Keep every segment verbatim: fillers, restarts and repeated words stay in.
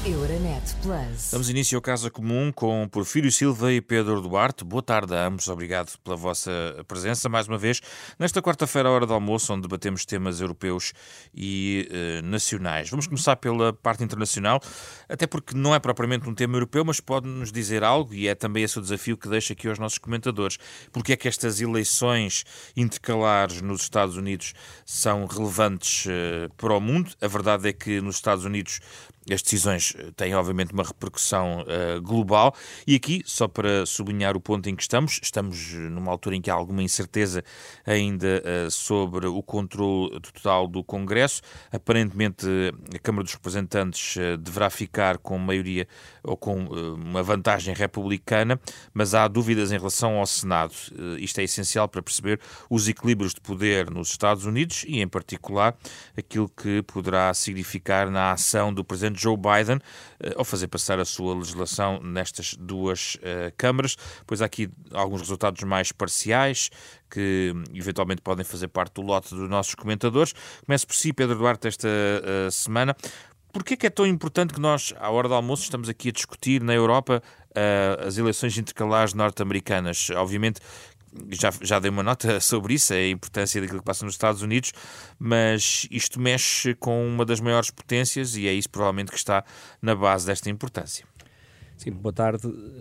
Euronet Plus. Damos início ao Casa Comum com Porfírio Silva e Pedro Duarte. Boa tarde a ambos, obrigado pela vossa presença mais uma vez nesta quarta-feira à hora do almoço, onde debatemos temas europeus e eh, nacionais. Vamos começar pela parte internacional, até porque não é propriamente um tema europeu, mas pode-nos dizer algo, e é também esse o desafio que deixo aqui aos nossos comentadores. Porque é que estas eleições intercalares nos Estados Unidos são relevantes eh, para o mundo? A verdade é que nos Estados Unidos as decisões têm, obviamente, uma repercussão uh, global. E aqui, só para sublinhar o ponto em que estamos, estamos numa altura em que há alguma incerteza ainda uh, sobre o controle total do Congresso. Aparentemente, a Câmara dos Representantes uh, deverá ficar com maioria ou com uh, uma vantagem republicana, mas há dúvidas em relação ao Senado. Uh, isto é essencial para perceber os equilíbrios de poder nos Estados Unidos e, em particular, aquilo que poderá significar na ação do Presidente Joe Biden ao fazer passar a sua legislação nestas duas uh, câmaras. Pois há aqui alguns resultados mais parciais que eventualmente podem fazer parte do lote dos nossos comentadores. Começo por si, Pedro Duarte, esta uh, semana. Porquê é que é tão importante que nós, à hora do almoço, estamos aqui a discutir na Europa uh, as eleições intercalares norte-americanas? Obviamente, Já, já dei uma nota sobre isso, a importância daquilo que passa nos Estados Unidos, mas isto mexe com uma das maiores potências e é isso provavelmente que está na base desta importância. Sim, boa tarde.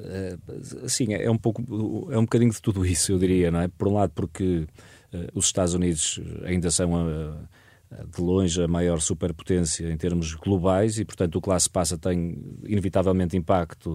Sim, é um pouco, é um bocadinho de tudo isso, eu diria, não é? Por um lado porque uh, os Estados Unidos ainda são a, de longe a maior superpotência em termos globais e, portanto, o que lá se passa tem inevitavelmente impacto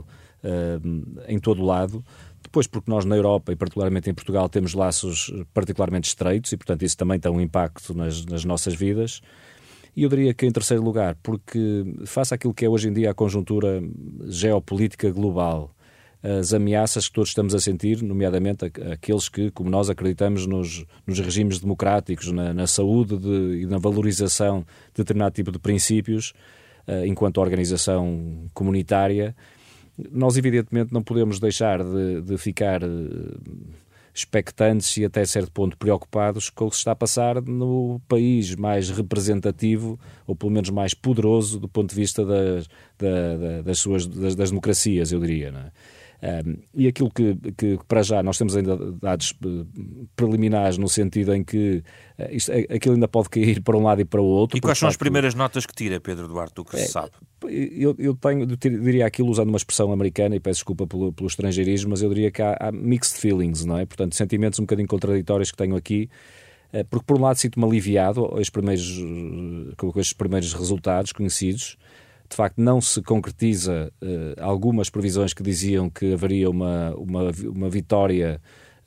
uh, em todo o lado. Depois, porque nós na Europa e particularmente em Portugal temos laços particularmente estreitos e, portanto, isso também tem um impacto nas, nas nossas vidas. E eu diria que, em terceiro lugar, porque face àquilo que é hoje em dia a conjuntura geopolítica global, as ameaças que todos estamos a sentir, nomeadamente aqueles que, como nós, acreditamos nos, nos regimes democráticos, na, na saúde de, e na valorização de determinado tipo de princípios, uh, enquanto organização comunitária, nós evidentemente não podemos deixar de, de ficar expectantes e até certo ponto preocupados com o que se está a passar no país mais representativo, ou pelo menos mais poderoso do ponto de vista das, da, das, suas, das, das democracias, eu diria, não é? Um, e aquilo que, que para já nós temos ainda dados preliminares no sentido em que uh, isto, aquilo ainda pode cair para um lado e para o outro. E quais são as primeiras notas que tira, Pedro Duarte, do que é, se sabe? Eu, eu, tenho, eu diria aquilo usando uma expressão americana, e peço desculpa pelo, pelo estrangeirismo, mas eu diria que há, há mixed feelings, não é? Portanto, sentimentos um bocadinho contraditórios que tenho aqui, uh, porque por um lado sinto-me aliviado aos primeiros, com estes primeiros resultados conhecidos. De facto, não se concretiza uh, algumas previsões que diziam que haveria uma, uma, uma vitória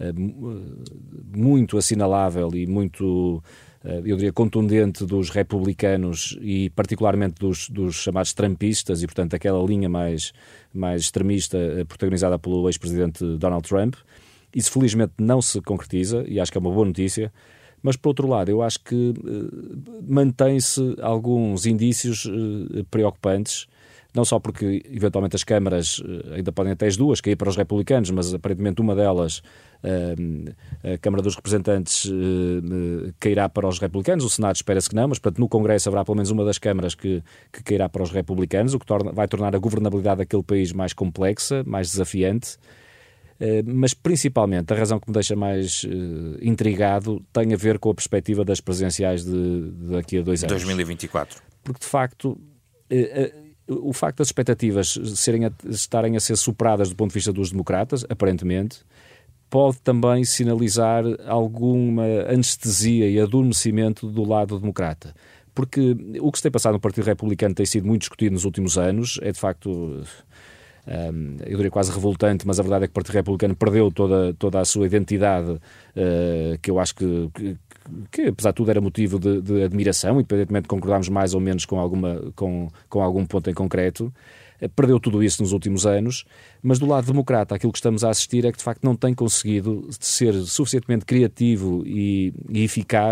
uh, muito assinalável e muito, uh, eu diria, contundente dos republicanos e particularmente dos, dos chamados trumpistas e, portanto, aquela linha mais, mais extremista uh, protagonizada pelo ex-presidente Donald Trump. Isso, felizmente, não se concretiza e acho que é uma boa notícia. Mas, por outro lado, eu acho que uh, mantém-se alguns indícios uh, preocupantes, não só porque, eventualmente, as câmaras, uh, ainda podem até as duas cair para os republicanos, mas, aparentemente, uma delas, uh, a Câmara dos Representantes, uh, uh, cairá para os republicanos, o Senado espera-se que não, mas, portanto, no Congresso haverá pelo menos uma das câmaras que, que cairá para os republicanos, o que torna, vai tornar a governabilidade daquele país mais complexa, mais desafiante. Uh, mas principalmente a razão que me deixa mais uh, intrigado tem a ver com a perspectiva das presidenciais de, de daqui a dois anos. dois mil e vinte e quatro. Porque de facto uh, uh, o facto das expectativas serem a, estarem a ser superadas do ponto de vista dos democratas, aparentemente, pode também sinalizar alguma anestesia e adormecimento do lado democrata. Porque o que se tem passado no Partido Republicano tem sido muito discutido nos últimos anos, é de facto... Um, eu diria quase revoltante, mas a verdade é que o Partido Republicano perdeu toda, toda a sua identidade, uh, que eu acho que, que, que, apesar de tudo, era motivo de, de admiração, independentemente de concordarmos mais ou menos com, alguma, com, com algum ponto em concreto. Uh, perdeu tudo isso nos últimos anos, mas do lado democrata aquilo que estamos a assistir é que de facto não tem conseguido ser suficientemente criativo e, e eficaz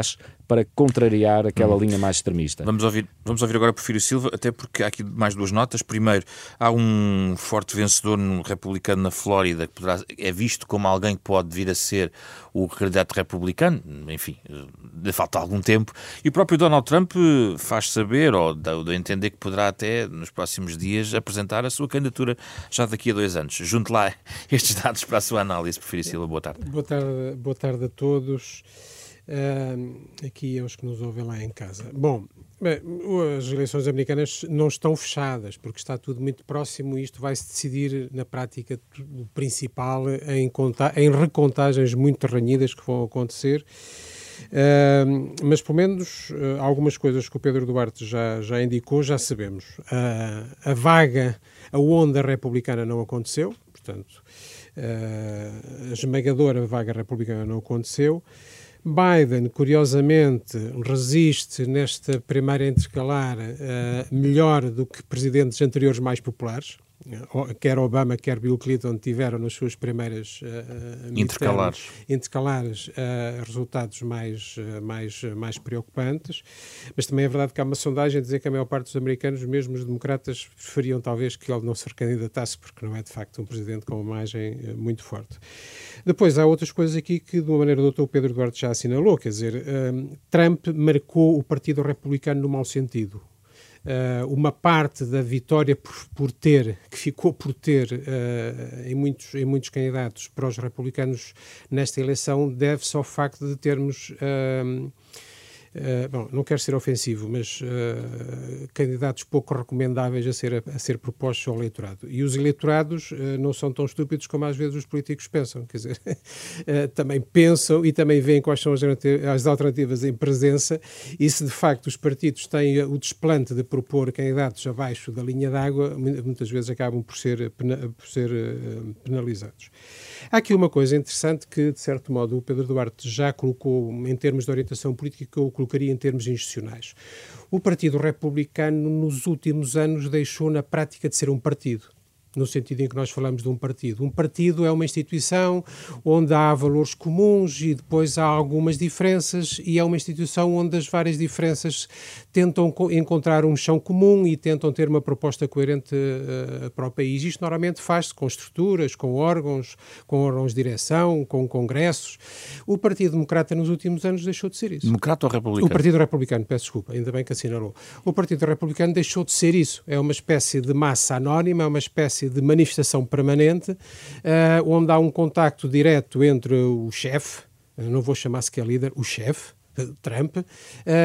para contrariar aquela hum. linha mais extremista. Vamos ouvir, vamos ouvir agora Porfírio Silva, até porque há aqui mais duas notas. Primeiro, há um forte vencedor no republicano na Flórida, que poderá, é visto como alguém que pode vir a ser o candidato republicano, enfim, lhe falta algum tempo, e o próprio Donald Trump faz saber, ou dá a entender que poderá até, nos próximos dias, apresentar a sua candidatura já daqui a dois anos. Junte lá estes dados para a sua análise, Porfírio Silva. Boa tarde. Boa tarde, boa tarde a todos. Uh, aqui aos que nos ouvem lá em casa. Bom, bem, as eleições americanas não estão fechadas, porque está tudo muito próximo e isto vai-se decidir, na prática, o principal em, conta- em recontagens muito renhidas que vão acontecer. Uh, mas, pelo menos, uh, algumas coisas que o Pedro Duarte já, já indicou, já sabemos. Uh, a vaga, a onda republicana não aconteceu, portanto, uh, a esmagadora vaga republicana não aconteceu. Biden, curiosamente, resiste nesta primeira intercalar uh, melhor do que presidentes anteriores mais populares. Quer Obama, quer Bill Clinton tiveram nas suas primeiras uh, intercalares, intercalares uh, resultados mais, uh, mais, uh, mais preocupantes, mas também é verdade que há uma sondagem a dizer que a maior parte dos americanos, mesmo os democratas, preferiam talvez que ele não se recandidatasse, porque não é de facto um presidente com uma imagem uh, muito forte. Depois há outras coisas aqui que de uma maneira ou de outra o Pedro Duarte já assinalou, quer dizer, uh, Trump marcou o Partido Republicano no mau sentido. Uh, uma parte da vitória por, por ter, que ficou por ter uh, em, muitos, em muitos candidatos para os republicanos nesta eleição, deve-se ao facto de termos, uh, uh, bom, não quero ser ofensivo, mas uh, candidatos pouco recomendáveis a ser, a, a ser propostos ao eleitorado. E os eleitorados uh, não são tão estúpidos como às vezes os políticos pensam, quer dizer, uh, também pensam e também veem quais são as, as alternativas em presença, e se de facto os partidos têm o desplante de propor candidatos abaixo da linha d'água, muitas vezes acabam por ser, por ser uh, penalizados. Há aqui uma coisa interessante que, de certo modo, o Pedro Duarte já colocou em termos de orientação política, que eu colocaria em termos institucionais. O Partido Republicano, nos últimos anos, deixou na prática de ser um partido, no sentido em que nós falamos de um partido. Um partido é uma instituição onde há valores comuns e depois há algumas diferenças, e é uma instituição onde as várias diferenças tentam encontrar um chão comum e tentam ter uma proposta coerente uh, para o país. Isto normalmente faz-se com estruturas, com órgãos, com órgãos de direção, com congressos. O Partido Democrata nos últimos anos deixou de ser isso. Democrata ou republicano? O Partido Republicano, peço desculpa, ainda bem que assinalou. O Partido Republicano deixou de ser isso. É uma espécie de massa anónima, é uma espécie de manifestação permanente, uh, onde há um contacto direto entre o chefe, não vou chamar sequer líder, o chefe, Trump, uh,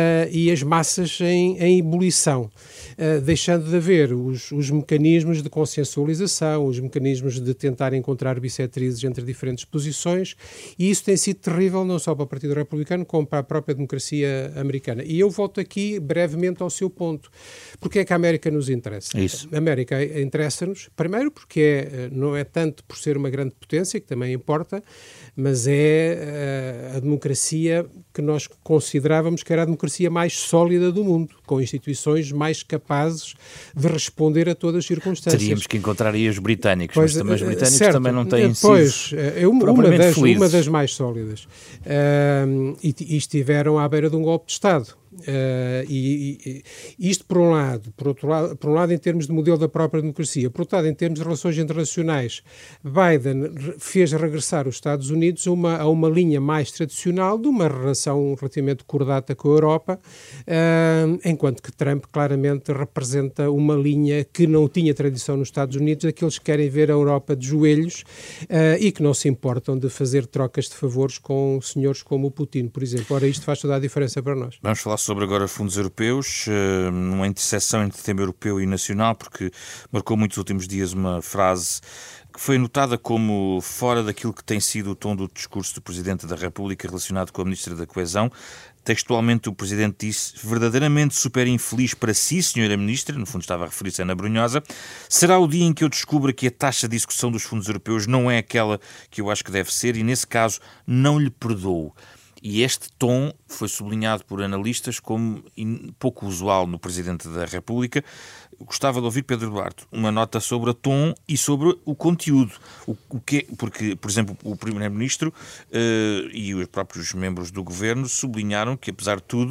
e as massas em, em ebulição, uh, deixando de haver os, os mecanismos de consensualização, os mecanismos de tentar encontrar bissetrizes entre diferentes posições, e isso tem sido terrível não só para o Partido Republicano, como para a própria democracia americana. E eu volto aqui brevemente ao seu ponto. Porque é que a América nos interessa? Isso. A América interessa-nos, primeiro porque é, não é tanto por ser uma grande potência, que também importa, mas é uh, a democracia que nós considerávamos que era a democracia mais sólida do mundo, com instituições mais capazes de responder a todas as circunstâncias. Teríamos que encontrar aí os britânicos, pois, mas também os britânicos certo, também não têm pois, sido é uma, uma, das, uma das mais sólidas. Uh, e, e estiveram à beira de um golpe de Estado. Uh, e, e isto por um lado, por outro lado, por um lado em termos de modelo da própria democracia, por outro lado em termos de relações internacionais, Biden fez regressar os Estados Unidos a uma, a uma linha mais tradicional de uma relação relativamente cordata com a Europa, uh, enquanto que Trump claramente representa uma linha que não tinha tradição nos Estados Unidos, daqueles que querem ver a Europa de joelhos uh, e que não se importam de fazer trocas de favores com senhores como o Putin, por exemplo. Ora, isto faz toda a diferença para nós. Vamos falar sobre agora fundos europeus, numa interseção entre tema europeu e nacional, porque marcou muitos últimos dias uma frase que foi notada como fora daquilo que tem sido o tom do discurso do Presidente da República relacionado com a Ministra da Coesão. Textualmente, o Presidente disse: verdadeiramente super infeliz para si, senhora Ministra, no fundo estava a referir-se a Ana Brunhosa, será o dia em que eu descubra que a taxa de execução dos fundos europeus não é aquela que eu acho que deve ser e, nesse caso, não lhe perdoo. E este tom foi sublinhado por analistas como pouco usual no Presidente da República. Gostava de ouvir, Pedro Duarte, uma nota sobre o tom e sobre o conteúdo. O, o que, porque, por exemplo, o Primeiro-Ministro uh, e os próprios membros do Governo sublinharam que, apesar de tudo,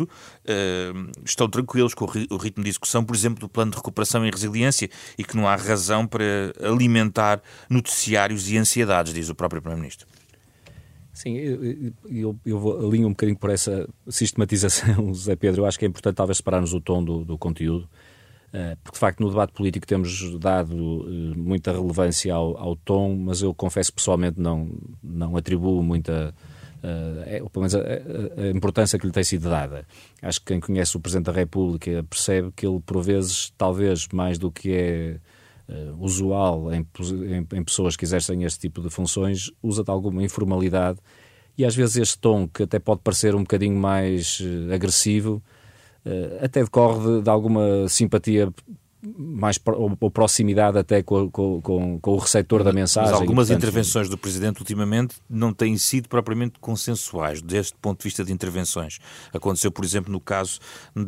uh, estão tranquilos com o, ri, o ritmo de execução, por exemplo, do Plano de Recuperação e Resiliência, e que não há razão para alimentar noticiários e ansiedades, diz o próprio Primeiro-Ministro. Sim, eu, eu, eu alinho um bocadinho por essa sistematização, José Pedro. Eu acho que é importante talvez separarmos o tom do, do conteúdo, porque de facto no debate político temos dado muita relevância ao, ao tom, mas eu confesso que pessoalmente não, não atribuo muita, uh, é, pelo menos a, a, a importância que lhe tem sido dada. Acho que quem conhece o Presidente da República percebe que ele, por vezes, talvez mais do que é Uh, usual em, em, em pessoas que exercem este tipo de funções, usa de alguma informalidade, e às vezes este tom, que até pode parecer um bocadinho mais uh, agressivo, uh, até decorre de, de alguma simpatia mais ou, ou proximidade até com, com, com, com o receptor da mensagem. Mas algumas e, portanto, intervenções do Presidente ultimamente não têm sido propriamente consensuais deste ponto de vista de intervenções. Aconteceu, por exemplo, no caso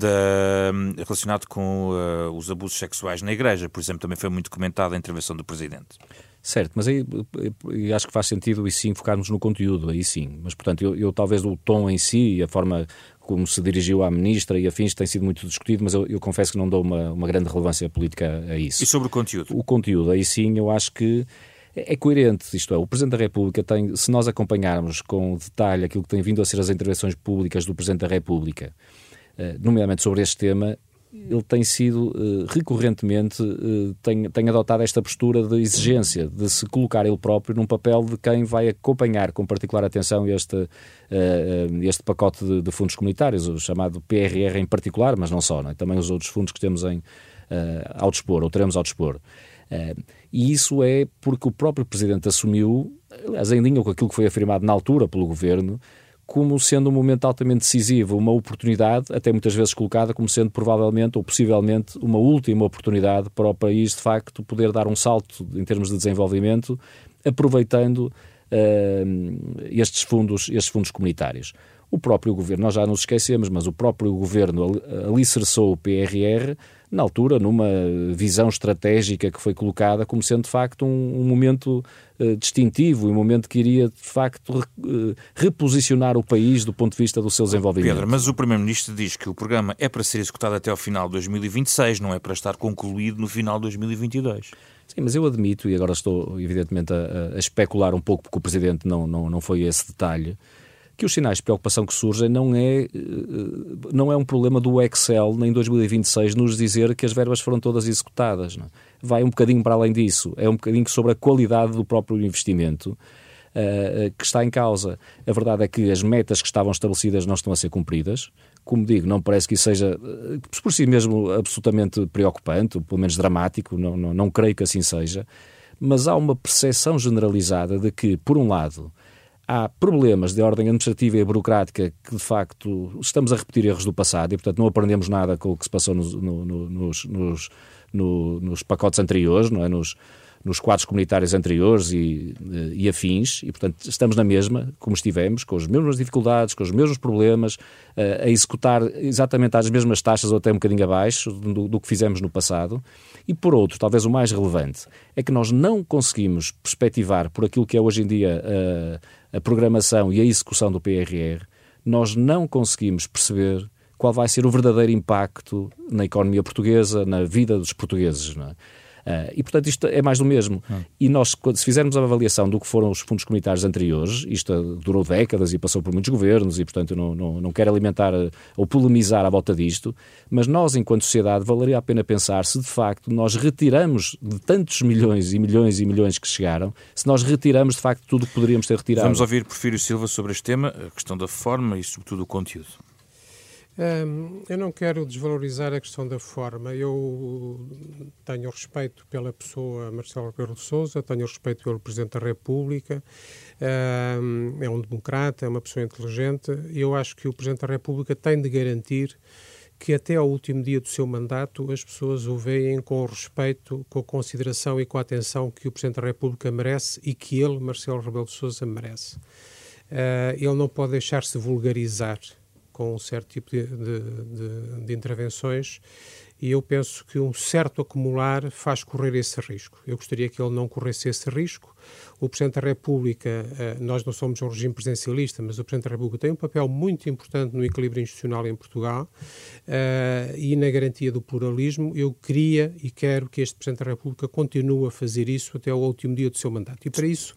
da, relacionado com uh, os abusos sexuais na Igreja, por exemplo, também foi muito comentada a intervenção do Presidente. Certo, mas aí eu acho que faz sentido e sim focarmos no conteúdo, aí sim. Mas, portanto, eu, eu talvez o tom em si e a forma como se dirigiu à Ministra e afins tem sido muito discutido, mas eu, eu confesso que não dou uma, uma grande relevância política a isso. E sobre o conteúdo? O conteúdo, aí sim, eu acho que é coerente, isto é, o Presidente da República tem, se nós acompanharmos com detalhe aquilo que tem vindo a ser as intervenções públicas do Presidente da República, nomeadamente sobre este tema, ele tem sido, uh, recorrentemente, uh, tem, tem adotado esta postura de exigência, de se colocar ele próprio num papel de quem vai acompanhar com particular atenção este, uh, uh, este pacote de, de fundos comunitários, o chamado P R R em particular, mas não só, não é? Também os outros fundos que temos em, uh, ao dispor, ou teremos ao dispor. Uh, e isso é porque o próprio Presidente assumiu, aliás, em linha com aquilo que foi afirmado na altura pelo Governo, como sendo um momento altamente decisivo, uma oportunidade, até muitas vezes colocada como sendo provavelmente ou possivelmente uma última oportunidade para o país, de facto, poder dar um salto em termos de desenvolvimento, aproveitando uh, estes fundos, estes fundos comunitários. O próprio Governo, nós já nos esquecemos, mas o próprio Governo alicerçou o P R R, na altura, numa visão estratégica que foi colocada como sendo, de facto, um, um momento uh, distintivo, um momento que iria, de facto, re, uh, reposicionar o país do ponto de vista do seu desenvolvimento. Pedro, mas o Primeiro-Ministro diz que o programa é para ser executado até ao final de dois mil e vinte e seis, não é para estar concluído no final de dois mil e vinte e dois. Sim, mas eu admito, e agora estou, evidentemente, a, a especular um pouco, porque o Presidente não, não, não foi esse detalhe, que os sinais de preocupação que surgem não é, não é um problema do Excel, nem em dois mil e vinte e seis, nos dizer que as verbas foram todas executadas. Não? Vai um bocadinho para além disso. É um bocadinho sobre a qualidade do próprio investimento uh, que está em causa. A verdade é que as metas que estavam estabelecidas não estão a ser cumpridas. Como digo, não parece que isso seja, por si mesmo, absolutamente preocupante, ou pelo menos dramático, não, não, não creio que assim seja. Mas há uma percepção generalizada de que, por um lado, há problemas de ordem administrativa e burocrática que, de facto, estamos a repetir erros do passado e, portanto, não aprendemos nada com o que se passou nos, no, no, nos, nos, no, nos pacotes anteriores, não é? nos, nos quadros comunitários anteriores e, e afins, e, portanto, estamos na mesma, como estivemos, com as mesmas dificuldades, com os mesmos problemas, a executar exatamente às mesmas taxas ou até um bocadinho abaixo do, do que fizemos no passado. E, por outro, talvez o mais relevante, é que nós não conseguimos perspectivar por aquilo que é hoje em dia a, a programação e a execução do P R R, nós não conseguimos perceber qual vai ser o verdadeiro impacto na economia portuguesa, na vida dos portugueses, não é? Uh, e, portanto, isto é mais do mesmo. Hum. E nós, se fizermos a avaliação do que foram os fundos comunitários anteriores, isto durou décadas e passou por muitos governos e, portanto, não, não, não quero alimentar ou polemizar à volta disto, mas nós, enquanto sociedade, valeria a pena pensar se, de facto, nós retiramos de tantos milhões e milhões e milhões que chegaram, se nós retiramos, de facto, tudo o que poderíamos ter retirado. Vamos ouvir Porfírio Silva sobre este tema, a questão da forma e, sobretudo, o conteúdo. Um, eu não quero desvalorizar a questão da forma. Eu tenho respeito pela pessoa Marcelo Rebelo de Sousa, tenho respeito pelo Presidente da República, um, é um democrata, é uma pessoa inteligente, e eu acho que o Presidente da República tem de garantir que até ao último dia do seu mandato as pessoas o veem com o respeito, com a consideração e com a atenção que o Presidente da República merece e que ele, Marcelo Rebelo de Sousa, merece. uh, ele não pode deixar-se vulgarizar com um certo tipo de, de, de, de intervenções, e eu penso que um certo acumular faz correr esse risco. Eu gostaria que ele não corresse esse risco. O Presidente da República, nós não somos um regime presidencialista, mas o Presidente da República tem um papel muito importante no equilíbrio institucional em Portugal e na garantia do pluralismo. Eu queria e quero que este Presidente da República continue a fazer isso até ao último dia do seu mandato. E para isso,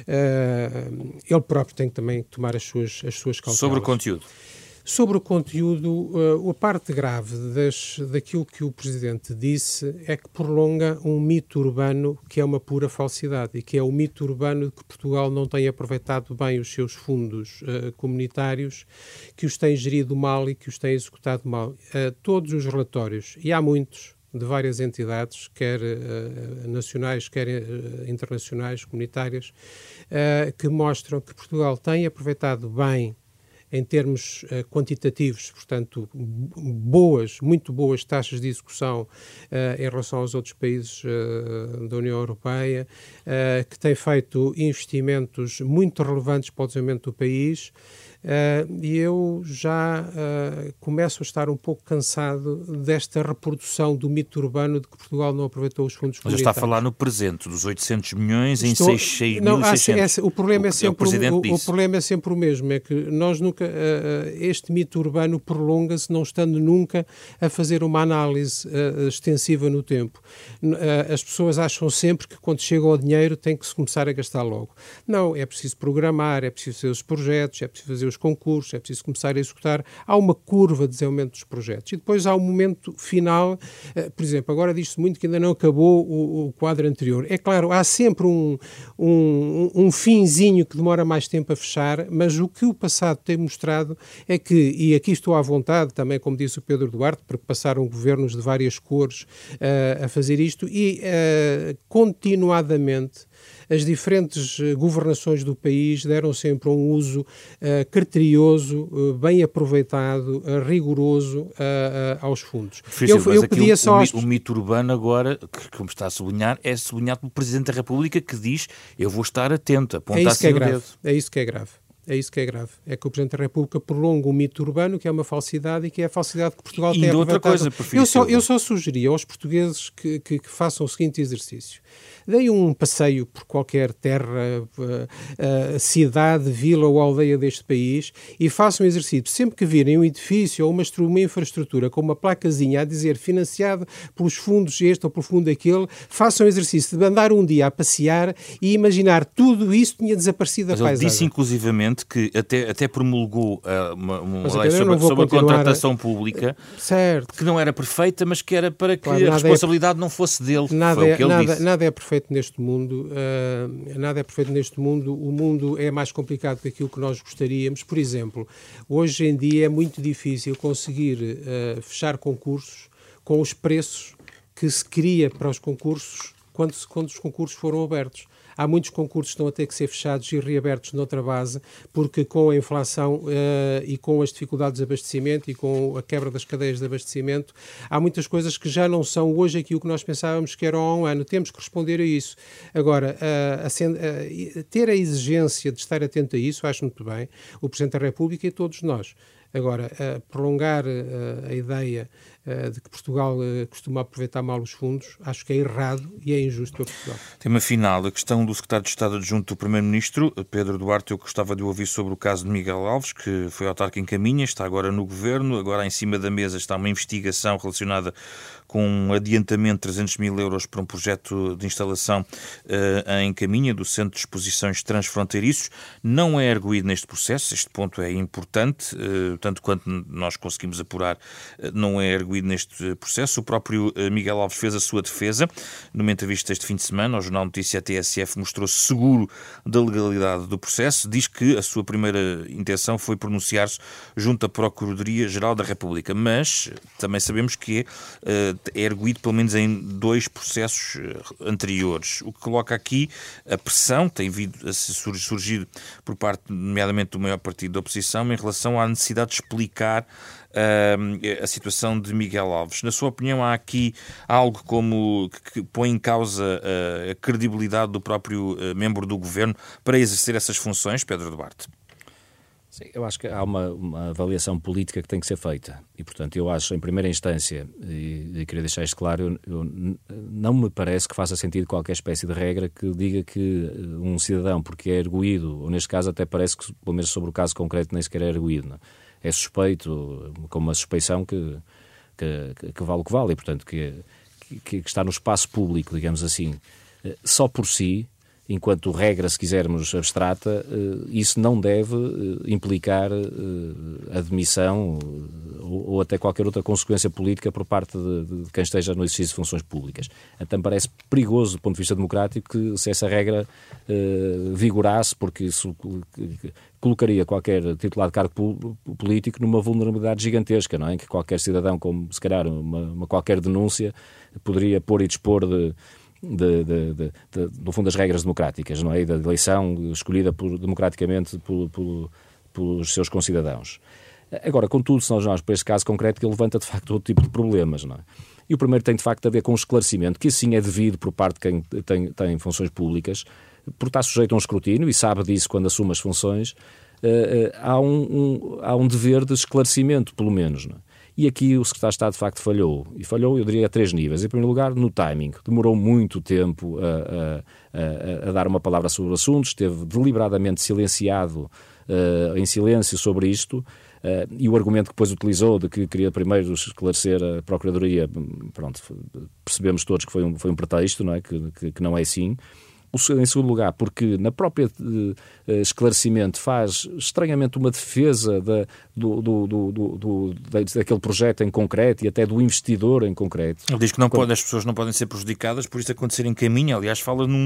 ele próprio tem que também tomar as suas, as suas cautelas. Sobre o conteúdo. Sobre o conteúdo, uh, a parte grave das, daquilo que o Presidente disse é que prolonga um mito urbano que é uma pura falsidade, e que é o mito urbano de que Portugal não tem aproveitado bem os seus fundos uh, comunitários, que os tem gerido mal e que os tem executado mal. Uh, todos os relatórios, e há muitos, de várias entidades, quer uh, nacionais, quer uh, internacionais, comunitárias, uh, que mostram que Portugal tem aproveitado bem em termos uh, quantitativos, portanto, boas, muito boas taxas de execução uh, em relação aos outros países uh, da União Europeia, uh, que tem feito investimentos muito relevantes para o desenvolvimento do país, uh, e eu já uh, começo a estar um pouco cansado desta reprodução do mito urbano de que Portugal não aproveitou os fundos comunitários. Mas está a falar no presente, dos oitocentos milhões em Estou... seiscentos. Não, há, é, o, problema o, é sempre o, o, o problema é sempre o mesmo, é que nós nunca Uh, este mito urbano prolonga-se, não estando nunca a fazer uma análise uh, extensiva no tempo. Uh, as pessoas acham sempre que quando chega ao dinheiro tem que se começar a gastar logo. Não, é preciso programar, é preciso fazer os projetos, é preciso fazer os concursos, é preciso começar a executar. Há uma curva de desenvolvimento dos projetos. E depois há um momento final, uh, por exemplo, agora diz-se muito que ainda não acabou o, o quadro anterior. É claro, há sempre um, um, um finzinho que demora mais tempo a fechar, mas o que o passado tem mostrado é que, e aqui estou à vontade também, como disse o Pedro Duarte, porque passaram governos de várias cores uh, a fazer isto, e uh, continuadamente as diferentes governações do país deram sempre um uso uh, criterioso, uh, bem aproveitado, uh, rigoroso uh, uh, aos fundos. Eu, eu pedia só... O, aos... o mito urbano agora, que como está a sublinhar, é sublinhado pelo Presidente da República, que diz: eu vou estar atento, aponta é isso assim que é o grave. dedo. É isso que é grave. É isso que é grave. É que o Presidente da República prolonga um mito urbano, que é uma falsidade, e que é a falsidade que Portugal e tem outra aproveitado. Coisa, eu, só, eu só sugeria aos portugueses que, que, que façam o seguinte exercício. Deem um passeio por qualquer terra, uh, uh, cidade, vila ou aldeia deste país e façam um exercício. Sempre que virem um edifício ou uma, uma infraestrutura com uma placazinha a dizer financiado pelos fundos este ou pelo fundo aquele, façam o exercício de andar um dia a passear e imaginar tudo isso tinha desaparecido da paisagem. Ele disse inclusivamente que até, até promulgou uh, uma, uma lei sobre, sobre a contratação a... pública, certo, que não era perfeita, mas que era para que claro, a responsabilidade é... não fosse dele. Nada, Foi é, o que ele nada, disse. nada é perfeito neste mundo, uh, nada é perfeito neste mundo, o mundo é mais complicado que aquilo que nós gostaríamos. Por exemplo, hoje em dia é muito difícil conseguir uh, fechar concursos com os preços que se queria para os concursos quando, quando os concursos foram abertos. Há muitos concursos que estão a ter que ser fechados e reabertos noutra base, porque com a inflação uh, e com as dificuldades de abastecimento e com a quebra das cadeias de abastecimento, há muitas coisas que já não são hoje aquilo que nós pensávamos que eram há um ano. Temos que responder a isso. Agora, uh, a, a, ter a exigência de estar atento a isso, acho muito bem, o Presidente da República e todos nós. Agora, uh, prolongar uh, a ideia uh, de que Portugal uh, costuma aproveitar mal os fundos, acho que é errado e é injusto para Portugal. Tema final, a questão do Secretário de Estado Adjunto do Primeiro-Ministro, Pedro Duarte. Eu gostava de ouvir sobre o caso de Miguel Alves, que foi autarca em Caminha, está agora no Governo, agora em cima da mesa está uma investigação relacionada com um adiantamento de trezentos mil euros para um projeto de instalação uh, em Caminha, do Centro de Exposições Transfronteiriços. Não é arguído neste processo, este ponto é importante, uh, tanto quanto nós conseguimos apurar, uh, não é arguído neste processo. O próprio uh, Miguel Alves fez a sua defesa. Numa entrevista este fim de semana, ao Jornal Notícia T S F, mostrou-se seguro da legalidade do processo. Diz que a sua primeira intenção foi pronunciar-se junto à Procuradoria-Geral da República, mas também sabemos que é uh, é arguído pelo menos em dois processos anteriores, o que coloca aqui a pressão que tem vindo a surgir por parte, nomeadamente, do maior partido da oposição em relação à necessidade de explicar uh, a situação de Miguel Alves. Na sua opinião, há aqui algo como que põe em causa uh, a credibilidade do próprio uh, membro do Governo para exercer essas funções, Pedro Duarte? Sim, eu acho que há uma, uma avaliação política que tem que ser feita e, portanto, eu acho, em primeira instância, e, e queria deixar isto claro, eu, eu, não me parece que faça sentido qualquer espécie de regra que diga que um cidadão, porque é erguido, ou neste caso até parece que, pelo menos sobre o caso concreto, nem sequer é erguido, não? É suspeito, com uma suspeição que, que, que vale o que vale e, portanto, que, que, que está no espaço público, digamos assim, só por si, enquanto regra, se quisermos, abstrata, isso não deve implicar a demissão ou até qualquer outra consequência política por parte de, de quem esteja no exercício de funções públicas. Então parece perigoso, do ponto de vista democrático, que se essa regra vigorasse, porque isso colocaria qualquer titular de cargo político numa vulnerabilidade gigantesca, não é? Em que qualquer cidadão, como se calhar uma, uma qualquer denúncia, poderia pôr e dispor de De, de, de, de, no fundo, das regras democráticas, não é? E da eleição escolhida por, democraticamente por, por, pelos seus concidadãos. Agora, contudo, se nós vamos para este caso concreto, que ele levanta, de facto, outro tipo de problemas, não é? E o primeiro tem, de facto, a ver com o esclarecimento, que sim é devido por parte de quem tem, tem funções públicas, por estar sujeito a um escrutínio, e sabe disso quando assume as funções, uh, uh, há, um, um, há um dever de esclarecimento, pelo menos, não é? E aqui o Secretário de Estado, de facto, falhou. E falhou, eu diria, a três níveis. Em primeiro lugar, no timing. Demorou muito tempo a, a, a, a dar uma palavra sobre o assunto, esteve deliberadamente silenciado, uh, em silêncio sobre isto, uh, e o argumento que depois utilizou de que queria primeiro esclarecer a Procuradoria, pronto, percebemos todos que foi um, foi um pretexto, não é? Que, que, que não é assim. Em segundo lugar, porque na própria uh, esclarecimento faz estranhamente uma defesa da, do, do, do, do, do, daquele projeto em concreto e até do investidor em concreto. Ele diz que não Quando... pode, as pessoas não podem ser prejudicadas por isso acontecer em caminho. Aliás, fala num,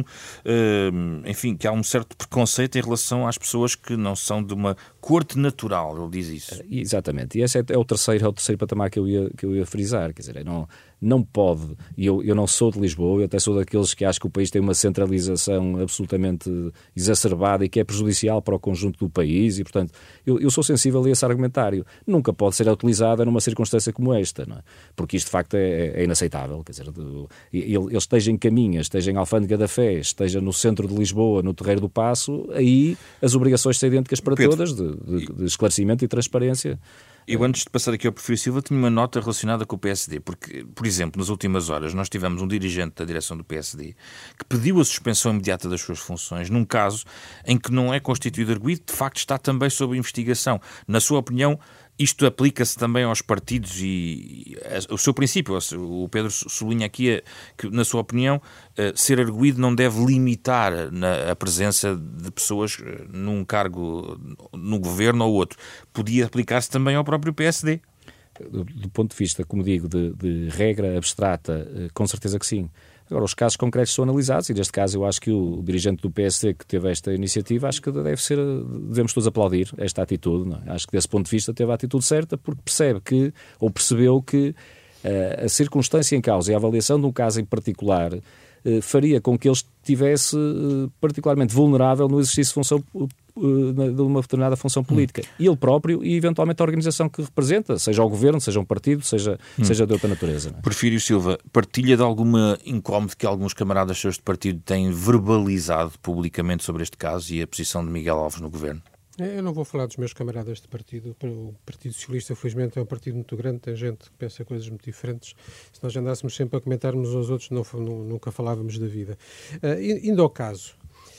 uh, enfim, que há um certo preconceito em relação às pessoas que não são de uma corte natural, ele diz isso. Uh, exatamente, e esse é, é, o terceiro, é o terceiro patamar que eu ia, que eu ia frisar, quer dizer, não... Não pode, e eu, eu não sou de Lisboa, eu até sou daqueles que acham que o país tem uma centralização absolutamente exacerbada e que é prejudicial para o conjunto do país e, portanto, eu, eu sou sensível a esse argumentário. Nunca pode ser utilizada numa circunstância como esta, não é? Porque isto, de facto, é, é inaceitável. Quer dizer, ele, ele esteja em Caminhas, esteja em Alfândega da Fé, esteja no centro de Lisboa, no Terreiro do Paço, aí as obrigações são idênticas para Pedro, todas, de, de, de esclarecimento e transparência. Eu, antes de passar aqui ao Porfírio Silva, tinha uma nota relacionada com o P S D, porque, por exemplo, nas últimas horas nós tivemos um dirigente da direção do P S D que pediu a suspensão imediata das suas funções num caso em que não é constituído arguido, de facto está também sob investigação. Na sua opinião, isto aplica-se também aos partidos e o seu princípio, o Pedro sublinha aqui que, na sua opinião, ser arguido não deve limitar a presença de pessoas num cargo no governo ou outro. Podia aplicar-se também ao próprio P S D. Do, do ponto de vista, como digo, de, de regra abstrata, com certeza que sim. Agora, os casos concretos são analisados e, neste caso, eu acho que o dirigente do P S D que teve esta iniciativa, acho que deve ser, devemos todos aplaudir esta atitude, não é? Acho que, desse ponto de vista, teve a atitude certa porque percebe que, ou percebeu que uh, a circunstância em causa e a avaliação de um caso em particular uh, faria com que ele estivesse uh, particularmente vulnerável no exercício de função uh, de uma determinada função política. Hum. E ele próprio e, eventualmente, a organização que representa, seja o governo, seja um partido, seja, hum. seja de outra natureza. Não é? Porfírio Silva, partilha de alguma incómodo que alguns camaradas seus de partido têm verbalizado publicamente sobre este caso e a posição de Miguel Alves no governo? Eu não vou falar dos meus camaradas de partido. O Partido Socialista, felizmente, é um partido muito grande, tem gente que pensa coisas muito diferentes. Se nós andássemos sempre a comentarmos uns aos outros, não, não, nunca falávamos da vida. Uh, indo ao caso,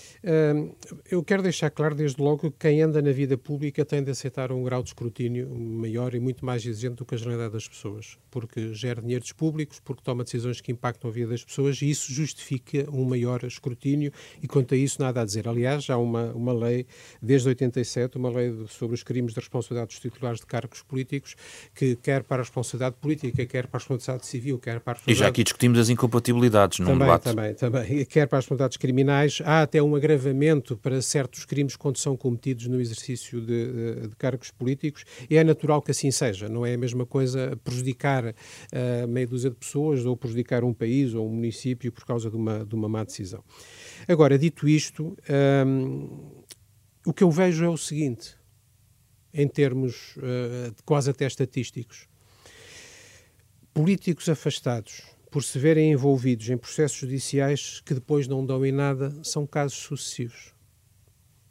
Uh, eu quero deixar claro desde logo que quem anda na vida pública tem de aceitar um grau de escrutínio maior e muito mais exigente do que a generalidade das pessoas, porque gera dinheiros públicos, porque toma decisões que impactam a vida das pessoas e isso justifica um maior escrutínio e quanto a isso nada a dizer. Aliás, há uma, uma lei desde oitenta e sete, uma lei sobre os crimes de responsabilidade dos titulares de cargos políticos que quer para a responsabilidade política, quer para a responsabilidade civil, quer para a responsabilidade... E já aqui discutimos as incompatibilidades num também, debate. Também, também. Quer para as responsabilidades criminais, há até uma agravamento para certos crimes quando são cometidos no exercício de, de, de cargos políticos e é natural que assim seja. Não é a mesma coisa prejudicar uh, meia dúzia de pessoas ou prejudicar um país ou um município por causa de uma, de uma má decisão. Agora, dito isto, um, o que eu vejo é o seguinte, em termos uh, quase até estatísticos. Políticos afastados por se verem envolvidos em processos judiciais que depois não dão em nada, são casos sucessivos.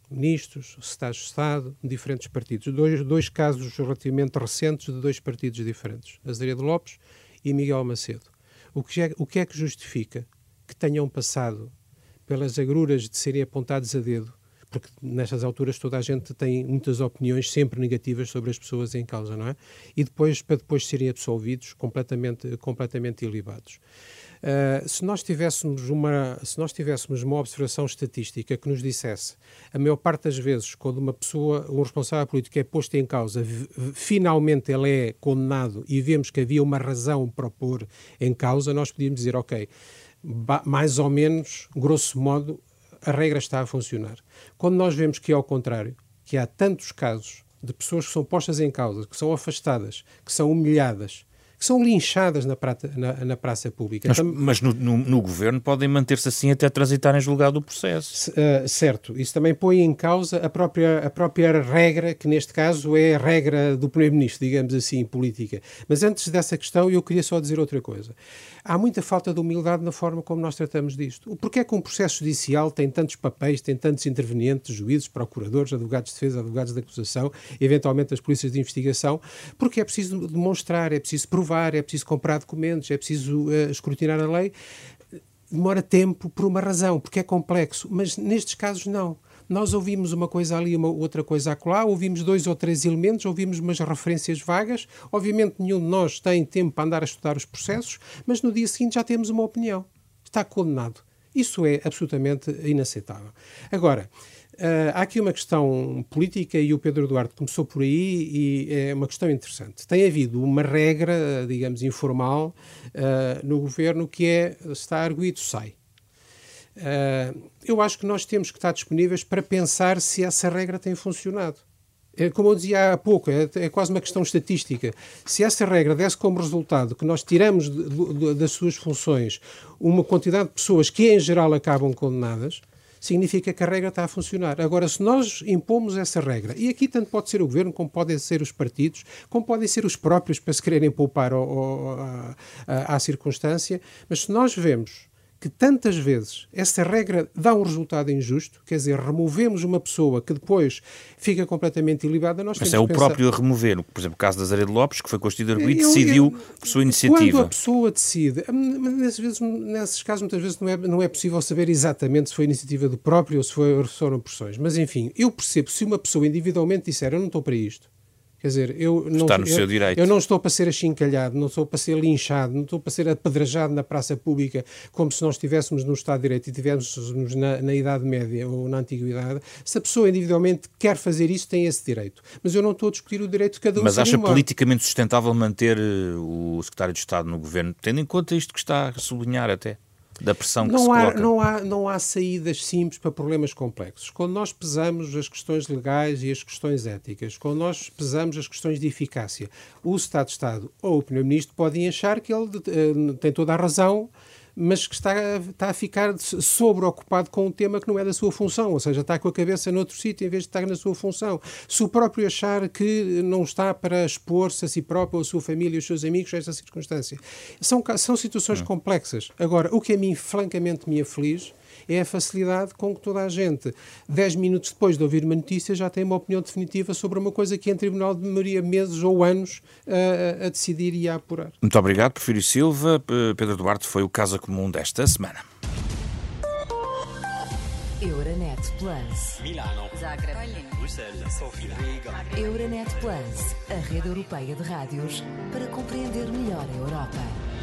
ministros, secretários de Estado, diferentes partidos. Dois, dois casos relativamente recentes de dois partidos diferentes, Azeredo Lopes e Miguel Macedo. O que, é, o que é que justifica que tenham passado pelas agruras de serem apontados a dedo, porque nestas alturas toda a gente tem muitas opiniões sempre negativas sobre as pessoas em causa, não é? E depois, para depois serem absolvidos, completamente, completamente ilibados. Uh, se nós tivéssemos uma, se nós tivéssemos uma observação estatística que nos dissesse, a maior parte das vezes, quando uma pessoa, um responsável político é posto em causa, v- finalmente ele é condenado e vemos que havia uma razão para o pôr em causa, nós podíamos dizer, ok, ba- mais ou menos, grosso modo, a regra está a funcionar. Quando nós vemos que é ao contrário, que há tantos casos de pessoas que são postas em causa, que são afastadas, que são humilhadas, que são linchadas na, prata, na, na praça pública. Mas, mas no, no, no governo podem manter-se assim até transitarem julgado o processo. C- uh, certo. Isso também põe em causa a própria, a própria regra, que neste caso é a regra do primeiro-ministro, digamos assim, política. Mas antes dessa questão, eu queria só dizer outra coisa. Há muita falta de humildade na forma como nós tratamos disto. Porquê é que um processo judicial tem tantos papéis, tem tantos intervenientes, juízes, procuradores, advogados de defesa, advogados de acusação, eventualmente as polícias de investigação? Porque é preciso demonstrar, é preciso provar, é preciso comprar documentos, é preciso uh, escrutinar a lei. Demora tempo por uma razão, porque é complexo. Mas nestes casos não. Nós ouvimos uma coisa ali, uma outra coisa acolá, ouvimos dois ou três elementos, ouvimos umas referências vagas. Obviamente nenhum de nós tem tempo para andar a estudar os processos, mas no dia seguinte já temos uma opinião. Está condenado. Isso é absolutamente inaceitável. Agora, Uh, há aqui uma questão política e o Pedro Duarte começou por aí e é uma questão interessante. Tem havido uma regra, digamos, informal uh, no governo que é está arguido, sai. Uh, eu acho que nós temos que estar disponíveis para pensar se essa regra tem funcionado. É, como eu dizia há pouco, é, é quase uma questão estatística. Se essa regra desse como resultado que nós tiramos de, de, das suas funções uma quantidade de pessoas que em geral acabam condenadas, significa que a regra está a funcionar. Agora, se nós impomos essa regra, e aqui tanto pode ser o governo, como podem ser os partidos, como podem ser os próprios para se quererem poupar ao, ao, à, à circunstância, mas se nós vemos que tantas vezes essa regra dá um resultado injusto, quer dizer, removemos uma pessoa que depois fica completamente ilibada, nós Mas temos é o que pensar... próprio a remover. Por exemplo, o caso da Azeredo Lopes, que foi constituído arguido, Eu- decidiu eu- por sua iniciativa. Quando a pessoa decide, nesses, vezes, nesses casos muitas vezes não é, não é possível saber exatamente se foi iniciativa do próprio ou se foi, foram pressões. Mas enfim, eu percebo, se uma pessoa individualmente disser eu não estou para isto, quer dizer, eu não, Está no eu, seu direito. eu não estou para ser achincalhado, não estou para ser linchado, não estou para ser apedrejado na praça pública como se nós estivéssemos no Estado de Direito e estivéssemos na, na Idade Média ou na Antiguidade. Se a pessoa individualmente quer fazer isso, tem esse direito. Mas eu não estou a discutir o direito de cada um. Mas ser acha embora. politicamente sustentável manter eh, o secretário de Estado no governo, tendo em conta isto que está a sublinhar até, da pressão que se Não há, coloca? não, há, não há saídas simples para problemas complexos. Quando nós pesamos as questões legais e as questões éticas, quando nós pesamos as questões de eficácia, o Estado de Estado ou o Primeiro-Ministro podem achar que ele uh, tem toda a razão, mas que está, está a ficar sobreocupado com um tema que não é da sua função, ou seja, está com a cabeça noutro sítio em vez de estar na sua função. Se o próprio achar que não está para expor-se a si próprio, a sua família e os seus amigos a esta circunstância. São, são situações hum. complexas. Agora, o que a mim francamente me aflige é a facilidade com que toda a gente, dez minutos depois de ouvir uma notícia, já tem uma opinião definitiva sobre uma coisa que em tribunal demoraria meses ou anos a, a decidir e a apurar. Muito obrigado, Porfírio Silva. Pedro Duarte, foi o Casa Comum desta semana. Euronet Plus. Milano. Zagreb. Bruxelas. Sofia. Riga. Euronet Plus, a rede europeia de rádios para compreender melhor a Europa.